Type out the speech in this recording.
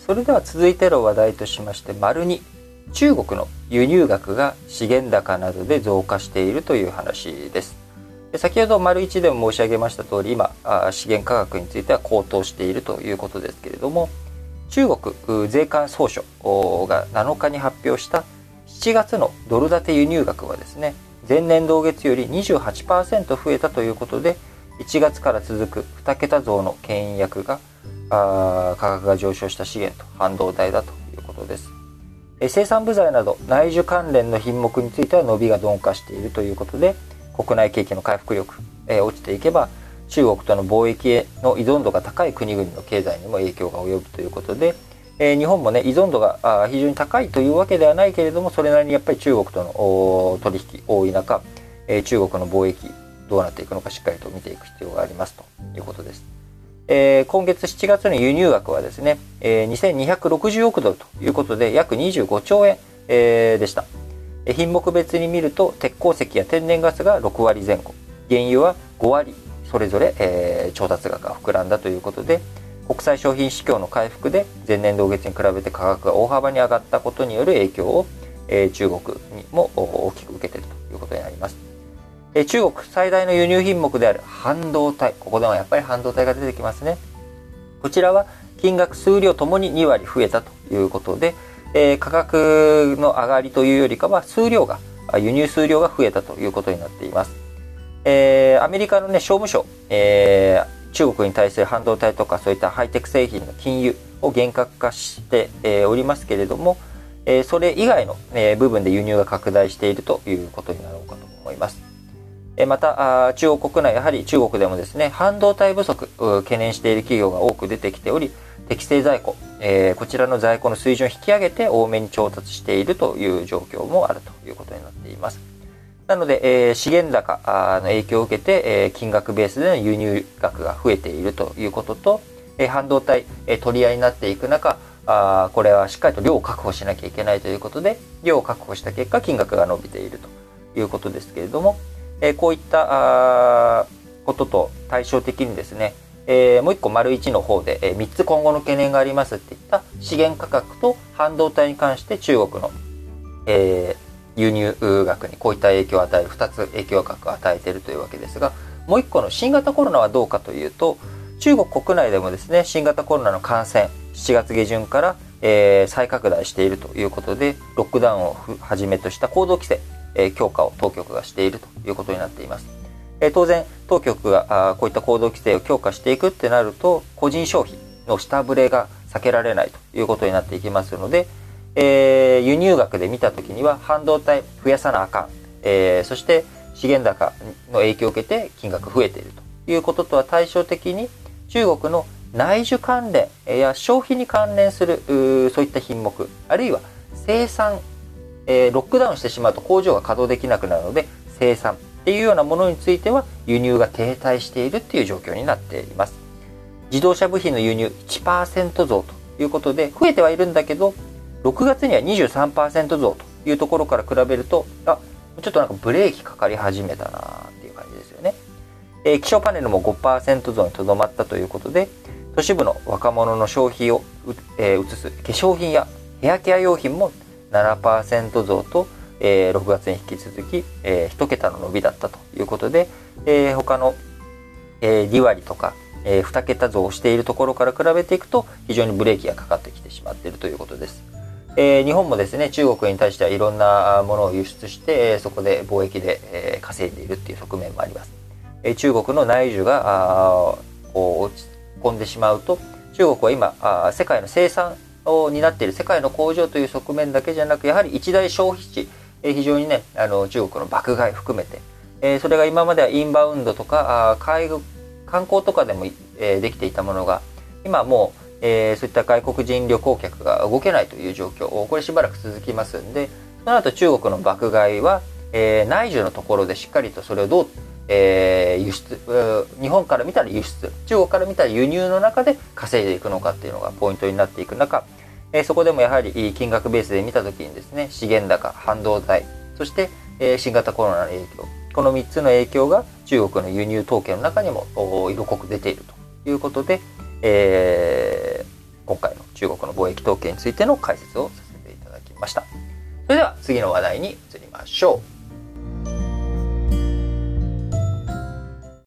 それでは続いての話題としまして、2、中国の輸入額が資源高などで増加しているという話です。先ほど1でも申し上げました通り、今資源価格については高騰しているということですけれども、中国税関総署が7日に発表した7月のドル建て輸入額はですね、前年同月より 28% 増えたということで、1月から続く2桁増の牽引役が価格が上昇した資源と半導体だということです。生産部材など内需関連の品目については伸びが鈍化しているということで、国内景気の回復力落ちていけば中国との貿易への依存度が高い国々の経済にも影響が及ぶということで、日本もね依存度が非常に高いというわけではないけれども、それなりにやっぱり中国との取引多い中、中国の貿易どうなっていくのかしっかりと見ていく必要がありますということです。今月7月の輸入額はですね、2260億ドルということで約25兆円、でした。品目別に見ると鉄鉱石や天然ガスが6割前後、原油は5割それぞれ、調達額が膨らんだということで、国際商品市況の回復で前年同月に比べて価格が大幅に上がったことによる影響を、中国にも大きく受けているということになります。中国最大の輸入品目である半導体、ここでもやっぱり半導体が出てきますね。こちらは金額数量ともに2割増えたということで、価格の上がりというよりかは輸入数量が増えたということになっています。アメリカの、ね、商務省、中国に対する半導体とかそういったハイテク製品の禁輸を厳格化して、おりますけれども、それ以外の、部分で輸入が拡大しているということになろうかと思います。また中国国内、やはり中国でもですね、半導体不足懸念している企業が多く出てきており、適正在庫、こちらの在庫の水準を引き上げて多めに調達しているという状況もあるということになっています。なので、資源高の影響を受けて、金額ベースでの輸入額が増えているということと、半導体、取り合いになっていく中、これはしっかりと量を確保しなきゃいけないということで、量を確保した結果金額が伸びているということですけれども、こういったことと対照的にですね、もう一個1の方で、3つ今後の懸念がありますっていった資源価格と半導体に関して中国の、輸入額にこういった影響を与える2つ影響額を与えているというわけですが、もう一個の新型コロナはどうかというと、中国国内でもですね、新型コロナの感染7月下旬から、再拡大しているということで、ロックダウンをはじめとした行動規制強化を当局がしているということになっています。当然当局がこういった行動規制を強化していくってなると、個人消費の下振れが避けられないということになっていきますので、輸入額で見たときには半導体増やさなあかん、そして資源高の影響を受けて金額増えているということとは対照的に、中国の内需関連や消費に関連するそういった品目、あるいは生産、ロックダウンしてしまうと工場が稼働できなくなるので、生産っていうようなものについては輸入が停滞しているっていう状況になっています。自動車部品の輸入 1% 増ということで増えてはいるんだけど、6月には 23% 増というところから比べると、ちょっとなんかブレーキかかり始めたなっていう感じですよね。気象パネルも 5% 増にとどまったということで、都市部の若者の消費を移す化粧品やヘアケア用品も 7% 増と、6月に引き続き、1桁の伸びだったということで、他の、2割とか、2桁増しているところから比べていくと非常にブレーキがかかってきてしまっているということです。日本もですね、中国に対してはいろんなものを輸出して、そこで貿易で、稼いでいるっていう側面もあります。中国の内需が落ち込んでしまうと、中国は今世界の生産を担っている世界の工場という側面だけじゃなく、やはり一大消費地、非常にね中国の爆買い含めて、それが今まではインバウンドとか観光とかでも、できていたものが今もうそういった外国人旅行客が動けないという状況、これしばらく続きますんで、その後中国の爆買いは、内需のところでしっかりとそれをどう、輸出、日本から見たら輸出、中国から見たら輸入の中で稼いでいくのかっていうのがポイントになっていく中、そこでもやはり金額ベースで見たときにですね、資源高、半導体、そして、新型コロナの影響、この3つの影響が中国の輸入統計の中にも色濃く出ているということで、今回の中国の貿易統計についての解説をさせていただきました。それでは次の話題に移りましょう。